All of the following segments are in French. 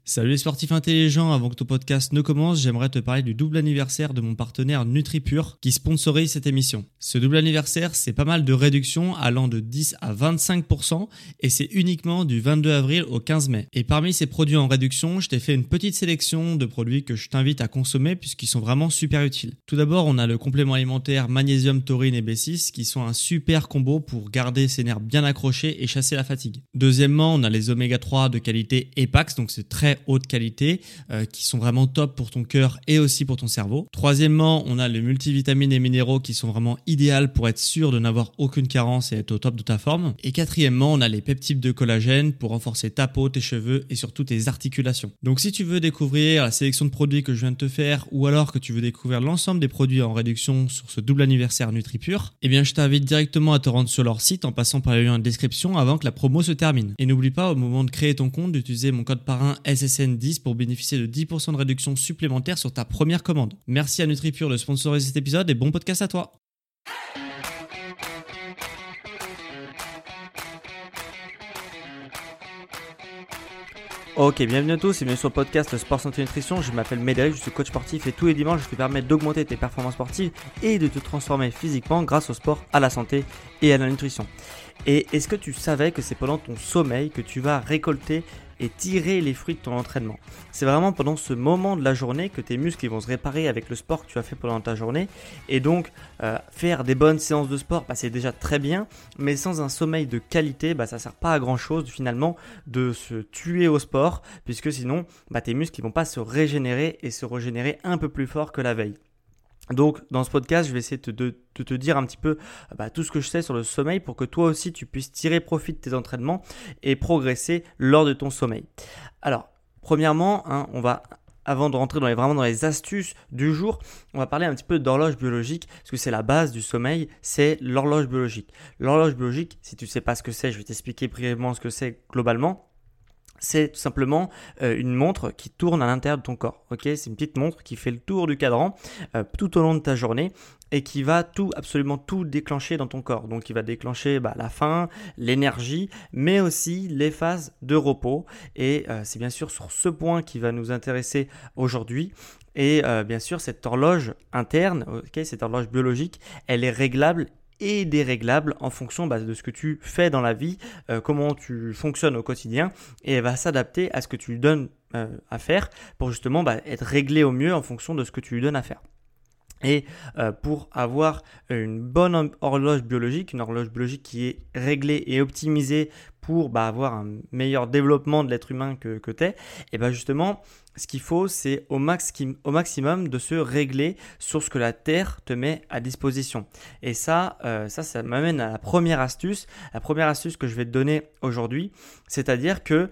Salut les sportifs intelligents, avant que ton podcast ne commence, j'aimerais te parler du double anniversaire de mon partenaire NutriPure qui sponsorise cette émission. Ce double anniversaire, c'est pas mal de réductions allant de 10 à 25% et c'est uniquement du 22 avril au 15 mai. Et parmi ces produits en réduction, je t'ai fait une petite sélection de produits que je t'invite à consommer puisqu'ils sont vraiment super utiles. Tout d'abord, on a le complément alimentaire magnésium, taurine et B6 qui sont un super combo pour garder ses nerfs bien accrochés et chasser la fatigue. Deuxièmement, on a les oméga 3 de qualité EPAX, donc c'est très haute qualité qui sont vraiment top pour ton cœur et aussi pour ton cerveau. Troisièmement, on a les multivitamines et minéraux qui sont vraiment idéales pour être sûr de n'avoir aucune carence et être au top de ta forme. Et quatrièmement, on a les peptides de collagène pour renforcer ta peau, tes cheveux et surtout tes articulations. Donc si tu veux découvrir la sélection de produits que je viens de te faire ou alors que tu veux découvrir l'ensemble des produits en réduction sur ce double anniversaire NutriPure, eh bien je t'invite directement à te rendre sur leur site en passant par le lien de description avant que la promo se termine. Et n'oublie pas au moment de créer ton compte d'utiliser mon code parrain SSN10 pour bénéficier de 10% de réduction supplémentaire sur ta première commande. Merci à NutriPure de sponsoriser cet épisode et bon podcast à toi. Ok, bienvenue à tous et bienvenue sur le podcast Sport Santé Nutrition. Je m'appelle Médéric, je suis coach sportif et tous les dimanches je te permets d'augmenter tes performances sportives et de te transformer physiquement grâce au sport, à la santé et à la nutrition. Et est-ce que tu savais que c'est pendant ton sommeil que tu vas récolter et tirer les fruits de ton entraînement? C'est vraiment pendant ce moment de la journée que tes muscles vont se réparer avec le sport que tu as fait pendant ta journée. Et donc, faire des bonnes séances de sport, c'est déjà très bien. Mais sans un sommeil de qualité, ça ne sert pas à grand chose finalement de se tuer au sport. Puisque sinon, tes muscles ne vont pas se régénérer et se régénérer un peu plus fort que la veille. Donc dans ce podcast, je vais essayer de te dire un petit peu tout ce que je sais sur le sommeil pour que toi aussi tu puisses tirer profit de tes entraînements et progresser lors de ton sommeil. Alors, premièrement, avant de rentrer vraiment dans les astuces du jour, on va parler un petit peu d'horloge biologique parce que c'est la base du sommeil, c'est l'horloge biologique. L'horloge biologique, si tu ne sais pas ce que c'est, je vais t'expliquer brièvement ce que c'est globalement. C'est tout simplement une montre qui tourne à l'intérieur de ton corps. C'est une petite montre qui fait le tour du cadran tout au long de ta journée et qui va absolument tout déclencher dans ton corps. Donc, il va déclencher la faim, l'énergie, mais aussi les phases de repos. Et c'est bien sûr sur ce point qui va nous intéresser aujourd'hui. Et bien sûr, cette horloge interne, cette horloge biologique, elle est réglable et déréglable en fonction de ce que tu fais dans la vie, comment tu fonctionnes au quotidien, et elle va s'adapter à ce que tu lui donnes à faire pour justement être réglée au mieux en fonction de ce que tu lui donnes à faire. Et pour avoir une bonne horloge biologique, une horloge biologique qui est réglée et optimisée pour avoir un meilleur développement de l'être humain que tu es, et justement, ce qu'il faut, c'est au maximum de se régler sur ce que la Terre te met à disposition. Et ça m'amène à la première astuce que je vais te donner aujourd'hui. C'est-à-dire que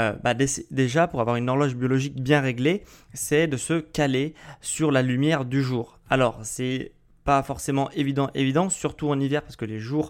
déjà, pour avoir une horloge biologique bien réglée, c'est de se caler sur la lumière du jour. Alors, c'est pas forcément évident, surtout en hiver parce que les jours,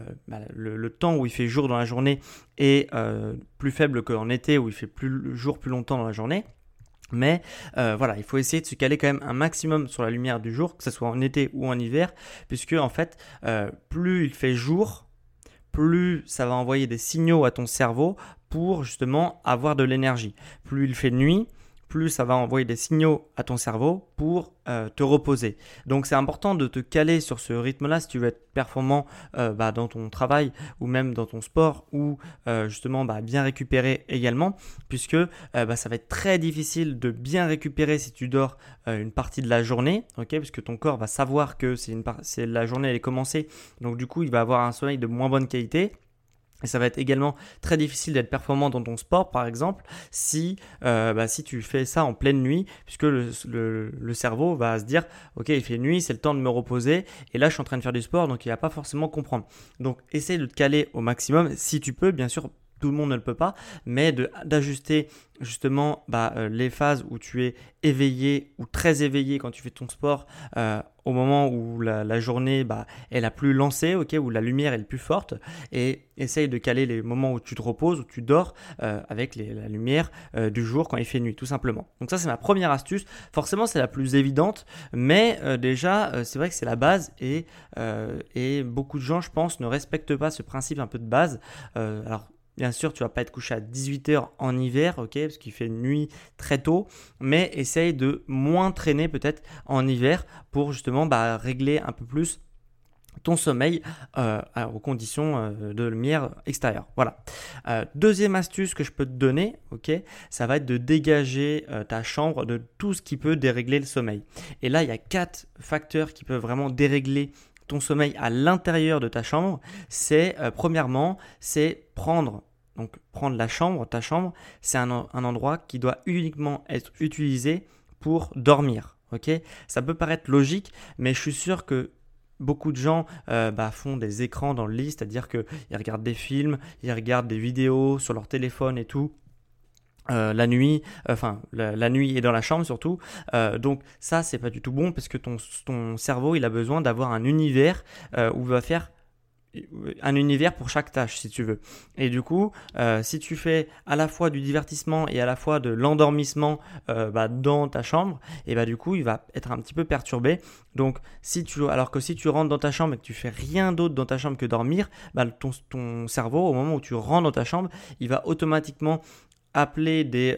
le temps où il fait jour dans la journée est plus faible qu'en été où il fait plus longtemps dans la journée. Mais il faut essayer de se caler quand même un maximum sur la lumière du jour, que ce soit en été ou en hiver, puisque en fait, plus il fait jour, plus ça va envoyer des signaux à ton cerveau pour justement avoir de l'énergie. Plus il fait nuit, plus ça va envoyer des signaux à ton cerveau pour te reposer. Donc c'est important de te caler sur ce rythme-là si tu veux être performant dans ton travail ou même dans ton sport ou justement bien récupérer également, puisque ça va être très difficile de bien récupérer si tu dors une partie de la journée, puisque ton corps va savoir que c'est la journée elle est commencée, donc du coup il va avoir un sommeil de moins bonne qualité. Et ça va être également très difficile d'être performant dans ton sport, par exemple, si tu fais ça en pleine nuit, puisque le cerveau va se dire « Ok, il fait nuit, c'est le temps de me reposer, et là, je suis en train de faire du sport, donc il ne va pas forcément comprendre. » Donc, essaye de te caler au maximum, si tu peux, bien sûr. Tout le monde ne le peut pas, mais d'ajuster justement les phases où tu es éveillé ou très éveillé quand tu fais ton sport au moment où la journée est la plus lancée, où la lumière est la plus forte, et essaye de caler les moments où tu te reposes, où tu dors avec la lumière du jour quand il fait nuit, tout simplement. Donc ça, c'est ma première astuce. Forcément, c'est la plus évidente, mais déjà, c'est vrai que c'est la base et beaucoup de gens, je pense, ne respectent pas ce principe un peu de base. Alors, bien sûr, tu vas pas être couché à 18h en hiver, ok, parce qu'il fait nuit très tôt, mais essaye de moins traîner peut-être en hiver pour justement régler un peu plus ton sommeil aux conditions de lumière extérieure. Voilà. Deuxième astuce que je peux te donner, ok, ça va être de dégager ta chambre de tout ce qui peut dérégler le sommeil. Et là, il y a 4 facteurs qui peuvent vraiment dérégler ton sommeil à l'intérieur de ta chambre. C'est premièrement, c'est prendre la chambre, ta chambre, c'est un endroit qui doit uniquement être utilisé pour dormir. Ok, ça peut paraître logique, mais je suis sûr que beaucoup de gens font des écrans dans le lit, c'est-à-dire qu'ils regardent des films, ils regardent des vidéos sur leur téléphone et tout. La nuit et dans la chambre surtout. Donc ça, c'est pas du tout bon parce que ton cerveau, il a besoin d'avoir un univers où il va faire un univers pour chaque tâche si tu veux. Et du coup, si tu fais à la fois du divertissement et à la fois de l'endormissement dans ta chambre, et du coup, il va être un petit peu perturbé. Donc, alors que si tu rentres dans ta chambre et que tu fais rien d'autre dans ta chambre que dormir, ton cerveau, au moment où tu rentres dans ta chambre, il va automatiquement appeler des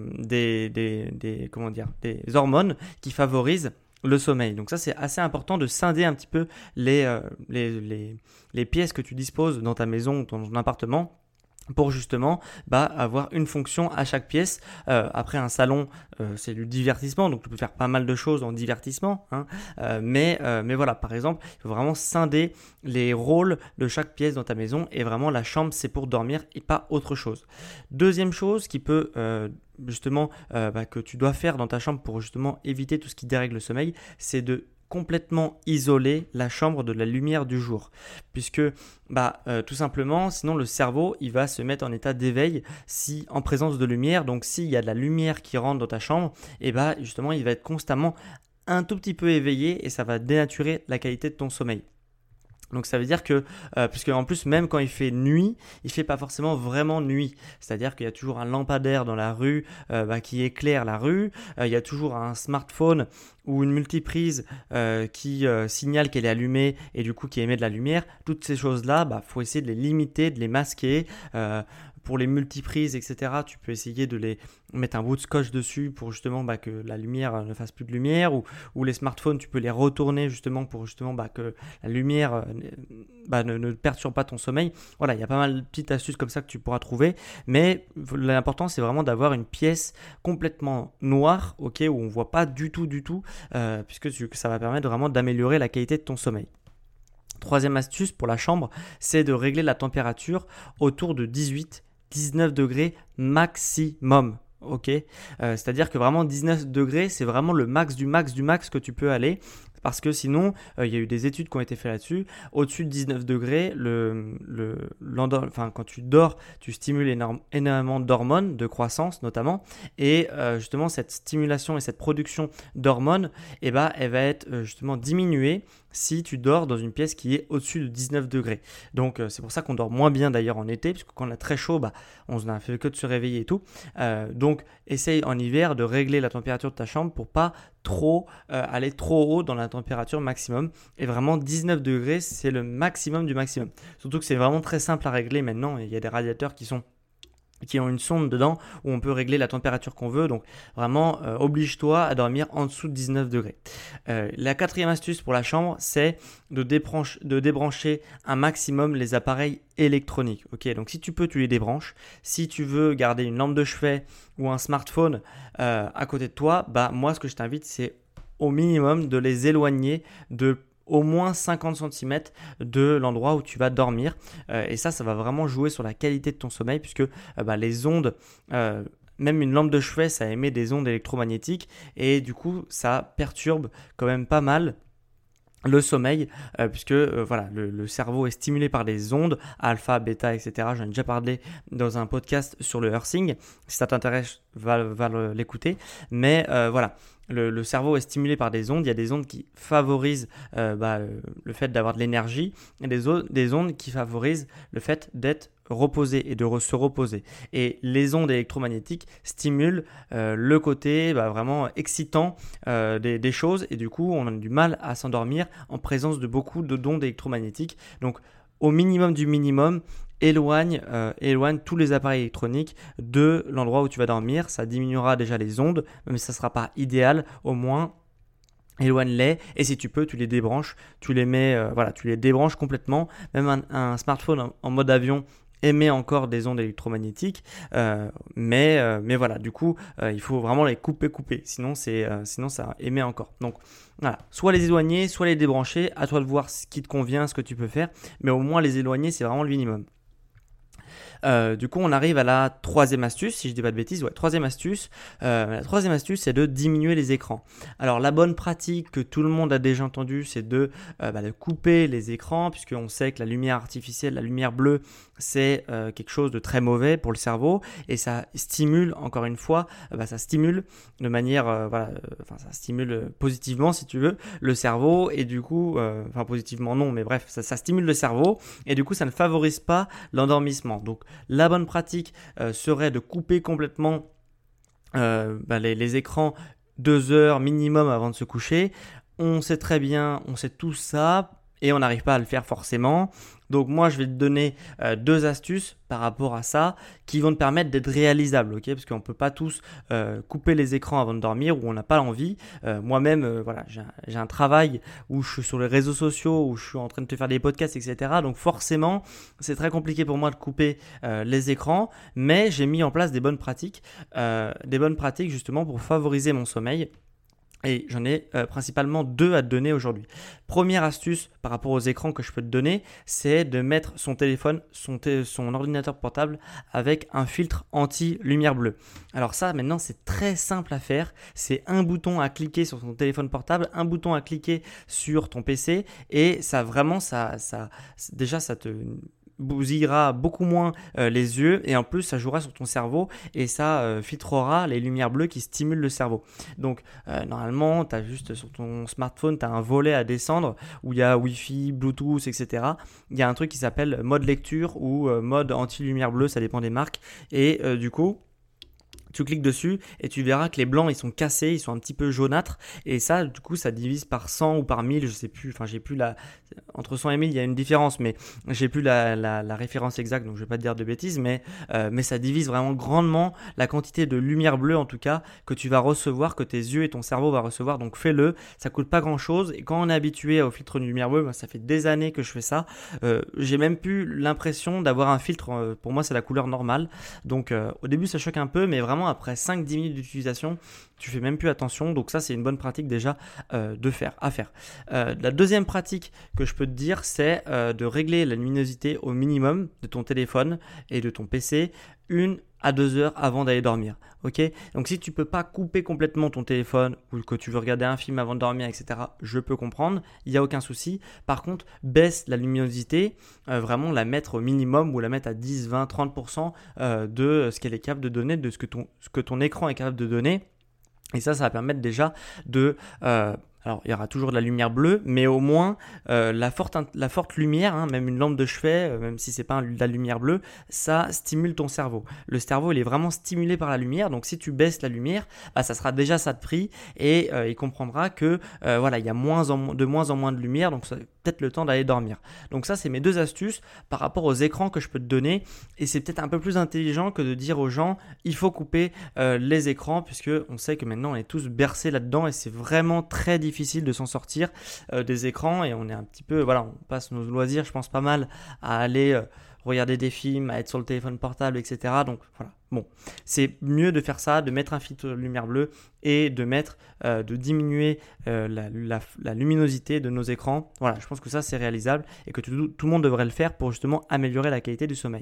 hormones qui favorisent le sommeil. Donc ça, c'est assez important de scinder un petit peu les pièces que tu disposes dans ta maison ou dans ton appartement pour justement avoir une fonction à chaque pièce. Après, un salon, c'est du divertissement, donc tu peux faire pas mal de choses en divertissement, hein. Mais voilà, par exemple, il faut vraiment scinder les rôles de chaque pièce dans ta maison et vraiment la chambre, c'est pour dormir et pas autre chose. Deuxième chose qui peut que tu dois faire dans ta chambre pour justement éviter tout ce qui dérègle le sommeil, c'est de complètement isoler la chambre de la lumière du jour, puisque tout simplement, sinon le cerveau il va se mettre en état d'éveil si en présence de lumière. Donc s'il y a de la lumière qui rentre dans ta chambre, et justement il va être constamment un tout petit peu éveillé et ça va dénaturer la qualité de ton sommeil. Donc ça veut dire que, puisque en plus même quand il fait nuit, il fait pas forcément vraiment nuit. C'est-à-dire qu'il y a toujours un lampadaire dans la rue qui éclaire la rue. Il y a toujours un smartphone ou une multiprise qui signale qu'elle est allumée et du coup qui émet de la lumière. Toutes ces choses-là, faut essayer de les limiter, de les masquer. Pour les multiprises, etc., tu peux essayer de les mettre un bout de scotch dessus pour justement que la lumière ne fasse plus de lumière, ou les smartphones, tu peux les retourner justement pour justement que la lumière ne perturbe pas ton sommeil. Voilà, il y a pas mal de petites astuces comme ça que tu pourras trouver, mais l'important c'est vraiment d'avoir une pièce complètement noire, ok, où on voit pas du tout, puisque ça va permettre vraiment d'améliorer la qualité de ton sommeil. Troisième astuce pour la chambre, c'est de régler la température autour de 18-19 degrés maximum. Ok, c'est-à-dire que vraiment 19 degrés, c'est vraiment le max du max que tu peux aller. Parce que sinon, il y a eu des études qui ont été faites là-dessus. Au-dessus de 19 degrés, quand tu dors, tu stimules énormément d'hormones, de croissance notamment. Et justement, cette stimulation et cette production d'hormones, elle va être justement diminuée si tu dors dans une pièce qui est au-dessus de 19 degrés. Donc, c'est pour ça qu'on dort moins bien d'ailleurs en été, parce que quand on a très chaud, on n'a fait que de se réveiller et tout. Donc, essaye en hiver de régler la température de ta chambre pour pas aller trop haut dans la température maximum. Et vraiment 19 degrés, c'est le maximum du maximum. Surtout que c'est vraiment très simple à régler maintenant. Il y a des radiateurs qui ont une sonde dedans où on peut régler la température qu'on veut. Donc vraiment, oblige-toi à dormir en dessous de 19 degrés. La quatrième astuce pour la chambre, c'est de débrancher un maximum les appareils électroniques. Ok, donc si tu peux, tu les débranches. Si tu veux garder une lampe de chevet ou un smartphone à côté de toi, moi ce que je t'invite, c'est au minimum de les éloigner de au moins 50 cm de l'endroit où tu vas dormir. Et ça va vraiment jouer sur la qualité de ton sommeil, puisque les ondes, même une lampe de chevet, ça émet des ondes électromagnétiques et du coup, ça perturbe quand même pas mal le sommeil, puisque le cerveau est stimulé par des ondes alpha, bêta, etc. J'en ai déjà parlé dans un podcast sur le earthing. Si ça t'intéresse, va l'écouter. Mais voilà, le cerveau est stimulé par des ondes. Il y a des ondes qui favorisent le fait d'avoir de l'énergie et des ondes qui favorisent le fait d'être reposer et de se reposer. Et les ondes électromagnétiques stimulent le côté vraiment excitant des choses, et du coup on a du mal à s'endormir en présence de beaucoup d'ondes électromagnétiques. Donc au minimum du minimum, éloigne tous les appareils électroniques de l'endroit où tu vas dormir. Ça diminuera déjà les ondes, mais ça ne sera pas idéal. Au moins, éloigne-les, et si tu peux, tu les débranches, tu les débranches complètement. Même un smartphone en mode avion émet encore des ondes électromagnétiques, mais voilà, du coup, il faut vraiment les couper, sinon ça émet encore. Donc voilà, soit les éloigner, soit les débrancher, à toi de voir ce qui te convient, ce que tu peux faire, mais au moins les éloigner, c'est vraiment le minimum. Du coup, on arrive à la troisième astuce, si je dis pas de bêtises. Ouais, troisième astuce. La troisième astuce, c'est de diminuer les écrans. Alors, la bonne pratique que tout le monde a déjà entendue, c'est de couper les écrans, puisqu'on sait que la lumière artificielle, la lumière bleue, c'est quelque chose de très mauvais pour le cerveau, et ça stimule, encore une fois, ça stimule de manière, ça stimule positivement, si tu veux, le cerveau, et du coup, positivement non, mais bref, ça stimule le cerveau, et du coup, ça ne favorise pas l'endormissement. Donc, la bonne pratique serait de couper complètement les écrans 2 heures minimum avant de se coucher. On sait très bien, on sait tout ça, et on n'arrive pas à le faire forcément. Donc moi, je vais te donner 2 astuces par rapport à ça qui vont te permettre d'être réalisables, ok? Parce qu'on ne peut pas tous couper les écrans avant de dormir ou on n'a pas l'envie. Moi-même, j'ai un travail où je suis sur les réseaux sociaux, où je suis en train de te faire des podcasts, etc. Donc forcément, c'est très compliqué pour moi de couper les écrans, mais j'ai mis en place des bonnes pratiques justement pour favoriser mon sommeil. Et j'en ai principalement 2 à te donner aujourd'hui. Première astuce par rapport aux écrans que je peux te donner, c'est de mettre son téléphone, son ordinateur portable avec un filtre anti-lumière bleue. Alors ça, maintenant, c'est très simple à faire. C'est un bouton à cliquer sur ton téléphone portable, un bouton à cliquer sur ton PC, et ça te bousillera beaucoup moins les yeux, et en plus ça jouera sur ton cerveau et ça filtrera les lumières bleues qui stimulent le cerveau. Donc normalement tu as juste sur ton smartphone, tu as un volet à descendre où il y a Wi-Fi, Bluetooth, etc. Il y a un truc qui s'appelle mode lecture ou mode anti-lumière bleue, ça dépend des marques, et du coup tu cliques dessus et tu verras que les blancs ils sont cassés, ils sont un petit peu jaunâtres, et ça du coup ça divise par 100 ou par 1000, je sais plus, j'ai plus entre 100 et 1000 il y a une différence, mais j'ai plus la référence exacte, donc je vais pas te dire de bêtises, mais ça divise vraiment grandement la quantité de lumière bleue en tout cas que tu vas recevoir, que tes yeux et ton cerveau va recevoir. Donc fais-le, ça coûte pas grand chose, et quand on est habitué au filtre de lumière bleue, ça fait des années que je fais ça, j'ai même plus l'impression d'avoir un filtre, pour moi c'est la couleur normale, donc au début ça choque un peu, mais vraiment après 5-10 minutes d'utilisation, tu fais même plus attention. Donc ça, c'est une bonne pratique déjà à faire. La deuxième pratique que je peux te dire, c'est de régler la luminosité au minimum de ton téléphone et de ton PC 1 à 2 heures avant d'aller dormir. Ok, donc si tu peux pas couper complètement ton téléphone ou que tu veux regarder un film avant de dormir, etc., je peux comprendre, il n'y a aucun souci. Par contre, baisse la luminosité, vraiment la mettre au minimum ou la mettre à 10, 20, 30% de ce qu'elle est capable de donner, de ce que ton écran est capable de donner. Et ça va permettre déjà de... alors, il y aura toujours de la lumière bleue, mais au moins la forte lumière, même une lampe de chevet, même si c'est pas de la lumière bleue, ça stimule ton cerveau. Le cerveau, il est vraiment stimulé par la lumière, donc si tu baisses la lumière, ça sera déjà ça de prix, et il comprendra que il y a de moins en moins de lumière, donc ça peut-être le temps d'aller dormir. Donc ça, c'est mes 2 astuces par rapport aux écrans que je peux te donner, et c'est peut-être un peu plus intelligent que de dire aux gens il faut couper les écrans, puisque on sait que maintenant on est tous bercés là-dedans, et c'est vraiment très difficile de s'en sortir des écrans, et on est un petit peu, on passe nos loisirs, je pense, pas mal à aller regarder des films, à être sur le téléphone portable, etc. Donc voilà, bon, c'est mieux de faire ça, de mettre un filtre de lumière bleue et de diminuer la luminosité de nos écrans. Voilà, je pense que ça c'est réalisable et que tout le monde devrait le faire pour justement améliorer la qualité du sommeil.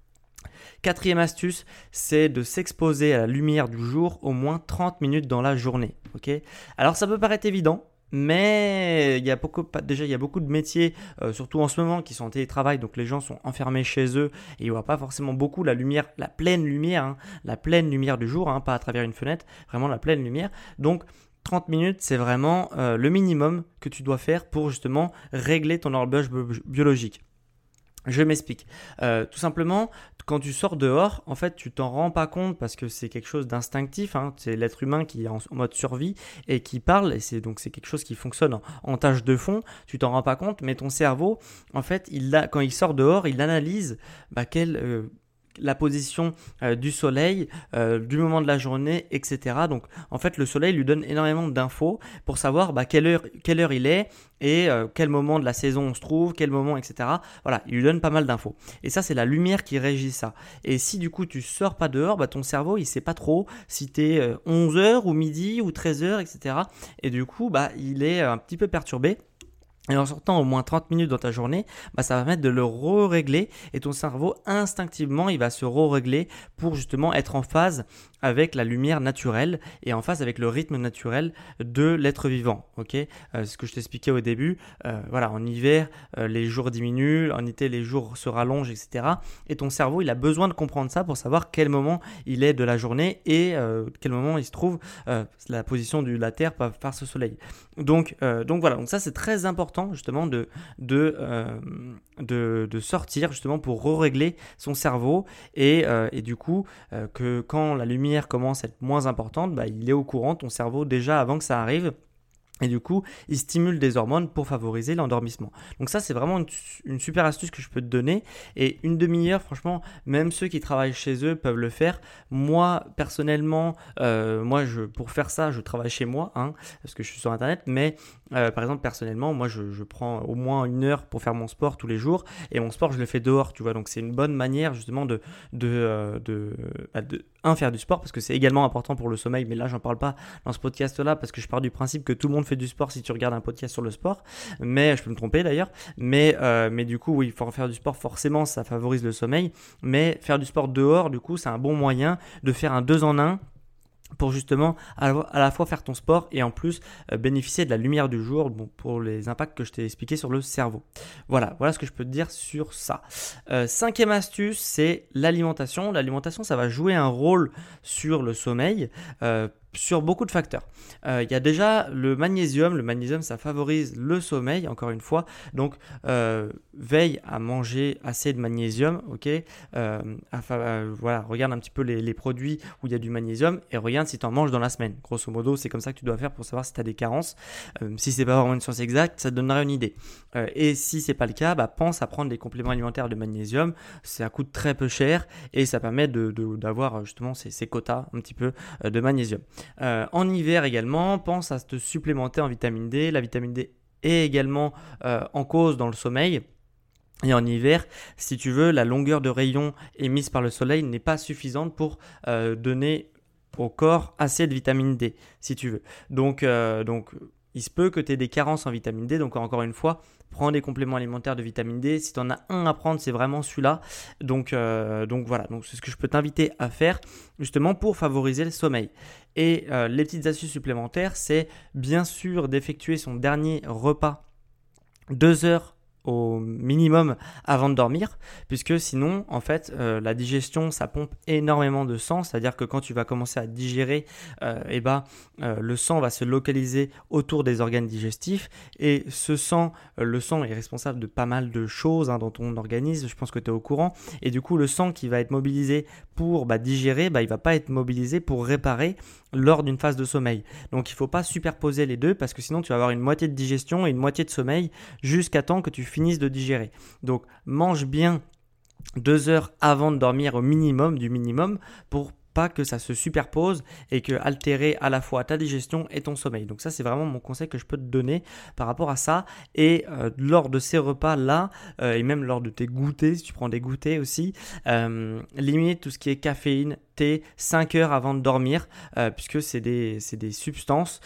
4e astuce, c'est de s'exposer à la lumière du jour au moins 30 minutes dans la journée. Okay, alors ça peut paraître évident, mais il y a beaucoup de métiers, surtout en ce moment, qui sont en télétravail, donc les gens sont enfermés chez eux et ils ne voient pas forcément beaucoup la pleine lumière du jour, pas à travers une fenêtre, vraiment la pleine lumière. Donc 30 minutes, c'est vraiment le minimum que tu dois faire pour justement régler ton horloge biologique. Je m'explique. Tout simplement, quand tu sors dehors, en fait, tu t'en rends pas compte parce que c'est quelque chose d'instinctif, hein. C'est l'être humain qui est en mode survie et qui parle. Et c'est quelque chose qui fonctionne en tâche de fond. Tu t'en rends pas compte, mais ton cerveau, en fait, quand il sort dehors, il analyse la position du soleil, du moment de la journée, etc. Donc en fait le soleil lui donne énormément d'infos pour savoir quelle heure il est et quel moment de la saison on se trouve, quel moment, etc. Voilà, il lui donne pas mal d'infos. Et ça c'est la lumière qui régit ça. Et si du coup tu sors pas dehors, ton cerveau il sait pas trop si tu es 11h ou midi ou 13h, etc. Et du coup il est un petit peu perturbé. Et en sortant au moins 30 minutes dans ta journée, ça va permettre de le re-régler et ton cerveau instinctivement il va se re-régler pour justement être en phase avec la lumière naturelle et en phase avec le rythme naturel de l'être vivant. C'est ce que je t'expliquais au début. En hiver, les jours diminuent, en été, les jours se rallongent, etc. Et ton cerveau, il a besoin de comprendre ça pour savoir quel moment il est de la journée et quel moment il se trouve la position de la Terre par ce soleil. Donc voilà, donc ça c'est très important justement de sortir justement pour re-régler son cerveau et du coup que quand la lumière commence à être moins importante, il est au courant, ton cerveau, déjà avant que ça arrive. Et du coup, il stimule des hormones pour favoriser l'endormissement. Donc ça, c'est vraiment une super astuce que je peux te donner. Et une demi-heure, franchement, même ceux qui travaillent chez eux peuvent le faire. Moi, personnellement, pour faire ça, je travaille chez moi, parce que je suis sur Internet. Mais par exemple, personnellement, moi, je prends au moins 1 heure pour faire mon sport tous les jours. Et mon sport, je le fais dehors, tu vois. Donc c'est une bonne manière justement de faire du sport, parce que c'est également important pour le sommeil. Mais là, j'en parle pas dans ce podcast-là, parce que je pars du principe que tout le monde fait du sport si tu regardes un podcast sur le sport, mais je peux me tromper d'ailleurs, mais du coup oui, il faut faire du sport, forcément ça favorise le sommeil, mais faire du sport dehors, du coup c'est un bon moyen de faire un 2 en 1 pour justement à la fois faire ton sport et en plus bénéficier de la lumière du jour pour les impacts que je t'ai expliqué sur le cerveau. Voilà ce que je peux te dire sur ça. 5e astuce, c'est l'alimentation. L'alimentation, ça va jouer un rôle sur le sommeil, sur beaucoup de facteurs. Il y a déjà le magnésium. Le magnésium, ça favorise le sommeil, encore une fois. Donc, veille à manger assez de magnésium. Regarde un petit peu les produits où il y a du magnésium et regarde si tu en manges dans la semaine. Grosso modo, c'est comme ça que tu dois faire pour savoir si tu as des carences. Si c'est pas vraiment une science exacte, ça te donnera une idée. Et si c'est pas le cas, pense à prendre des compléments alimentaires de magnésium. Ça coûte très peu cher et ça permet d'avoir justement ces quotas un petit peu de magnésium. En hiver également, pense à te supplémenter en vitamine D. La vitamine D est également en cause dans le sommeil. Et en hiver, si tu veux, la longueur de rayon émise par le soleil n'est pas suffisante pour donner au corps assez de vitamine D, si tu veux. Donc il se peut que tu aies des carences en vitamine D. Donc encore une fois, prends des compléments alimentaires de vitamine D. Si tu en as un à prendre, c'est vraiment celui-là. Donc voilà, donc c'est ce que je peux t'inviter à faire justement pour favoriser le sommeil. Et les petites astuces supplémentaires, c'est bien sûr d'effectuer son dernier repas 2 heures au minimum avant de dormir, puisque sinon en fait la digestion, ça pompe énormément de sang, c'est-à-dire que quand tu vas commencer à digérer le sang va se localiser autour des organes digestifs et le sang est responsable de pas mal de choses dans ton organisme, je pense que tu es au courant, et du coup le sang qui va être mobilisé pour digérer, il va pas être mobilisé pour réparer lors d'une phase de sommeil. Donc il ne faut pas superposer les deux, parce que sinon tu vas avoir une moitié de digestion et une moitié de sommeil jusqu'à temps que tu finisses de digérer. Donc mange bien 2 heures avant de dormir au minimum du minimum pour pas que ça se superpose et que altérer à la fois ta digestion et ton sommeil. Donc ça, c'est vraiment mon conseil que je peux te donner par rapport à ça. Et lors de ces repas-là, et même lors de tes goûters, si tu prends des goûters aussi, limite tout ce qui est caféine, thé, 5 heures avant de dormir, puisque c'est des substances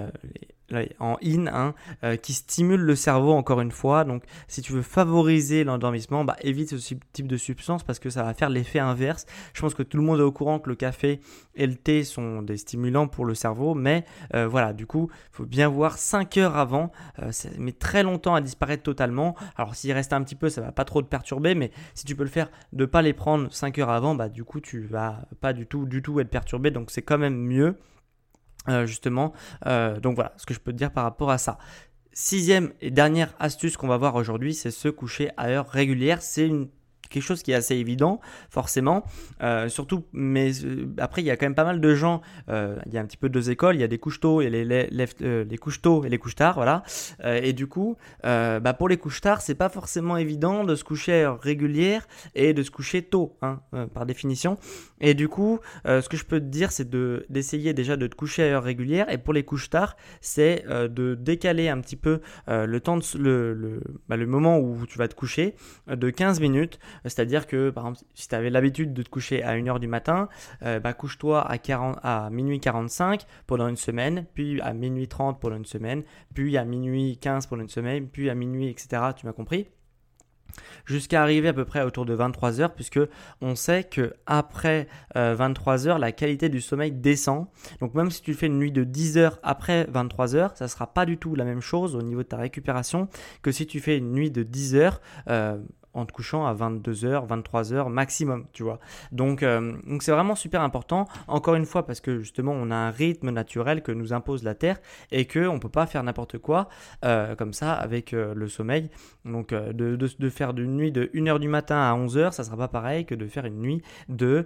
en qui stimulent le cerveau encore une fois. Donc si tu veux favoriser l'endormissement, évite ce type de substance parce que ça va faire l'effet inverse. Je pense que tout le monde est au courant que le café et le thé sont des stimulants pour le cerveau, mais du coup il faut bien voir 5 heures avant, ça met très longtemps à disparaître totalement. Alors s'il reste un petit peu, ça va pas trop te perturber, mais si tu peux le faire de pas les prendre 5 heures avant, du coup tu vas pas du tout être perturbé, donc c'est quand même mieux. Donc voilà ce que je peux te dire par rapport à ça. sixième et dernière astuce qu'on va voir aujourd'hui, c'est se coucher à heure régulière. C'est quelque chose qui est assez évident forcément, surtout, mais après il y a quand même pas mal de gens, il y a un petit peu deux écoles, il y a des couches tôt et les couches tôt et les couches tard, voilà, et du coup pour les couches tard c'est pas forcément évident de se coucher à heure régulière et de se coucher tôt, par définition, et du coup ce que je peux te dire c'est d'essayer déjà de te coucher à heure régulière, et pour les couches tard c'est de décaler un petit peu le temps le moment où tu vas te coucher de 15 minutes. C'est-à-dire que, par exemple, si tu avais l'habitude de te coucher à 1h du matin, couche-toi à minuit 45 pendant une semaine, puis à minuit 30 pendant une semaine, puis à minuit 15 pendant une semaine, puis à minuit, etc. Tu m'as compris ? Jusqu'à arriver à peu près autour de 23h, puisque on sait qu'après 23h, la qualité du sommeil descend. Donc même si tu fais une nuit de 10 heures après 23h, ça ne sera pas du tout la même chose au niveau de ta récupération que si tu fais une nuit de 10 heures en te couchant à 22h, 23h maximum, tu vois. Donc c'est vraiment super important, encore une fois, parce que justement on a un rythme naturel que nous impose la Terre et qu'on ne peut pas faire n'importe quoi comme ça avec le sommeil. Donc de faire une nuit de 1h du matin à 11h, ça ne sera pas pareil que de faire une nuit de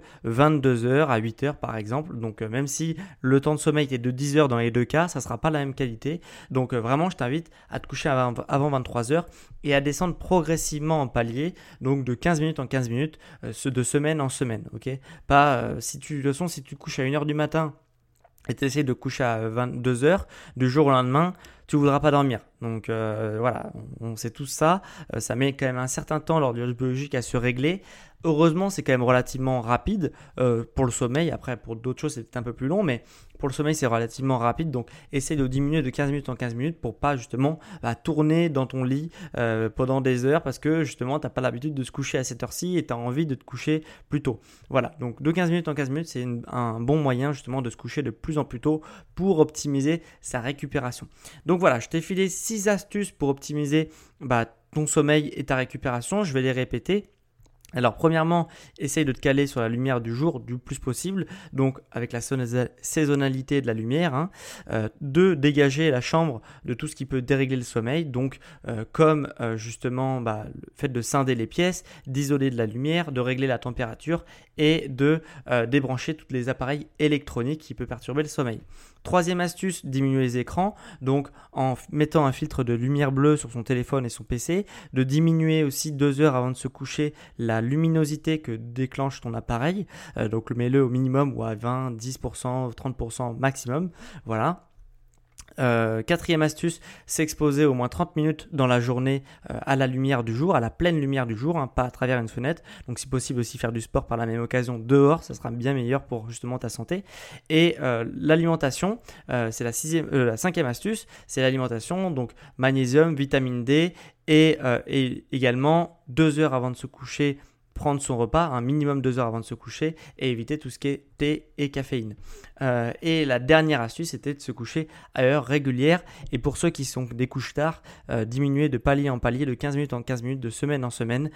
22h à 8h par exemple. Donc même si le temps de sommeil est de 10 heures dans les deux cas, ça ne sera pas la même qualité. Donc vraiment je t'invite à te coucher avant 23h et à descendre progressivement en palier, donc de 15 minutes en 15 minutes, de semaine en semaine, ok ? Pas, si tu te couches à 1h du matin et tu essaies de coucher à 22h, du jour au lendemain, tu ne voudras pas dormir. Donc voilà, on sait tous ça. Ça met quand même un certain temps l'horloge biologique à se régler. Heureusement, c'est quand même relativement rapide pour le sommeil. Après, pour d'autres choses, c'est peut-être un peu plus long, mais pour le sommeil, c'est relativement rapide. Donc, essaie de diminuer de 15 minutes en 15 minutes pour pas justement tourner dans ton lit pendant des heures parce que justement, tu n'as pas l'habitude de se coucher à cette heure-ci et tu as envie de te coucher plus tôt. Voilà, donc de 15 minutes en 15 minutes, c'est un bon moyen justement de se coucher de plus en plus tôt pour optimiser sa récupération. Donc voilà, je t'ai filé 6 astuces pour optimiser ton sommeil et ta récupération. Je vais les répéter. Alors premièrement, essaye de te caler sur la lumière du jour du plus possible, donc avec la saisonnalité de la lumière. 2, dégager la chambre de tout ce qui peut dérégler le sommeil, donc comme justement le fait de scinder les pièces, d'isoler de la lumière, de régler la température et de débrancher tous les appareils électroniques qui peuvent perturber le sommeil. Troisième astuce, diminuer les écrans, donc en mettant un filtre de lumière bleue sur son téléphone et son PC, de diminuer aussi 2 heures avant de se coucher la luminosité que déclenche ton appareil, donc mets-le au minimum ou à 20, 10%, 30% maximum, voilà. Quatrième astuce, s'exposer au moins 30 minutes dans la journée à la lumière du jour, à la pleine lumière du jour, pas à travers une fenêtre. Donc si possible aussi faire du sport par la même occasion dehors, ça sera bien meilleur pour justement ta santé. Et l'alimentation, c'est la cinquième astuce, c'est l'alimentation, donc magnésium, vitamine D et également 2 heures avant de se coucher, prendre son repas, un minimum 2 heures avant de se coucher et éviter tout ce qui est thé et caféine. Et la dernière astuce, c'était de se coucher à heure régulière. Et pour ceux qui sont des couches tard, diminuer de palier en palier, de 15 minutes en 15 minutes, de semaine en semaine,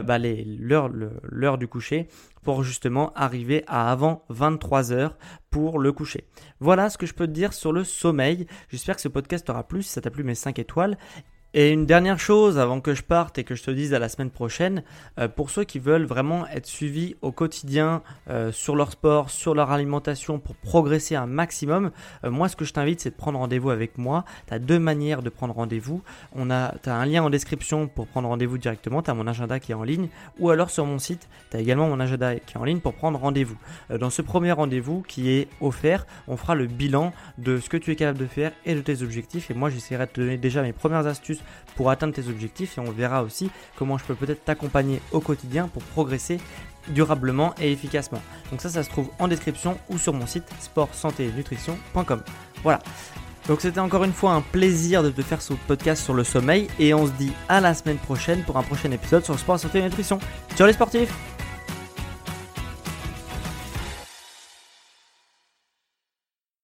l'heure du coucher pour justement arriver à avant 23 heures pour le coucher. Voilà ce que je peux te dire sur le sommeil. J'espère que ce podcast t'aura plu. Si ça t'a plu, mets 5 étoiles. Et une dernière chose avant que je parte et que je te dise à la semaine prochaine, pour ceux qui veulent vraiment être suivis au quotidien sur leur sport, sur leur alimentation pour progresser un maximum, moi ce que je t'invite c'est de prendre rendez-vous avec moi. Tu as 2 manières de prendre rendez-vous. Tu as un lien en description pour prendre rendez-vous directement, tu as mon agenda qui est en ligne, ou alors sur mon site, tu as également mon agenda qui est en ligne pour prendre rendez-vous. Dans ce premier rendez-vous qui est offert, on fera le bilan de ce que tu es capable de faire et de tes objectifs, et moi j'essaierai de te donner déjà mes premières astuces pour atteindre tes objectifs, et on verra aussi comment je peux peut-être t'accompagner au quotidien pour progresser durablement et efficacement. Donc ça se trouve en description ou sur mon site sportsanténutrition.com. Voilà. Donc c'était encore une fois un plaisir de te faire ce podcast sur le sommeil, et on se dit à la semaine prochaine pour un prochain épisode sur le sport, santé et nutrition. Ciao les sportifs!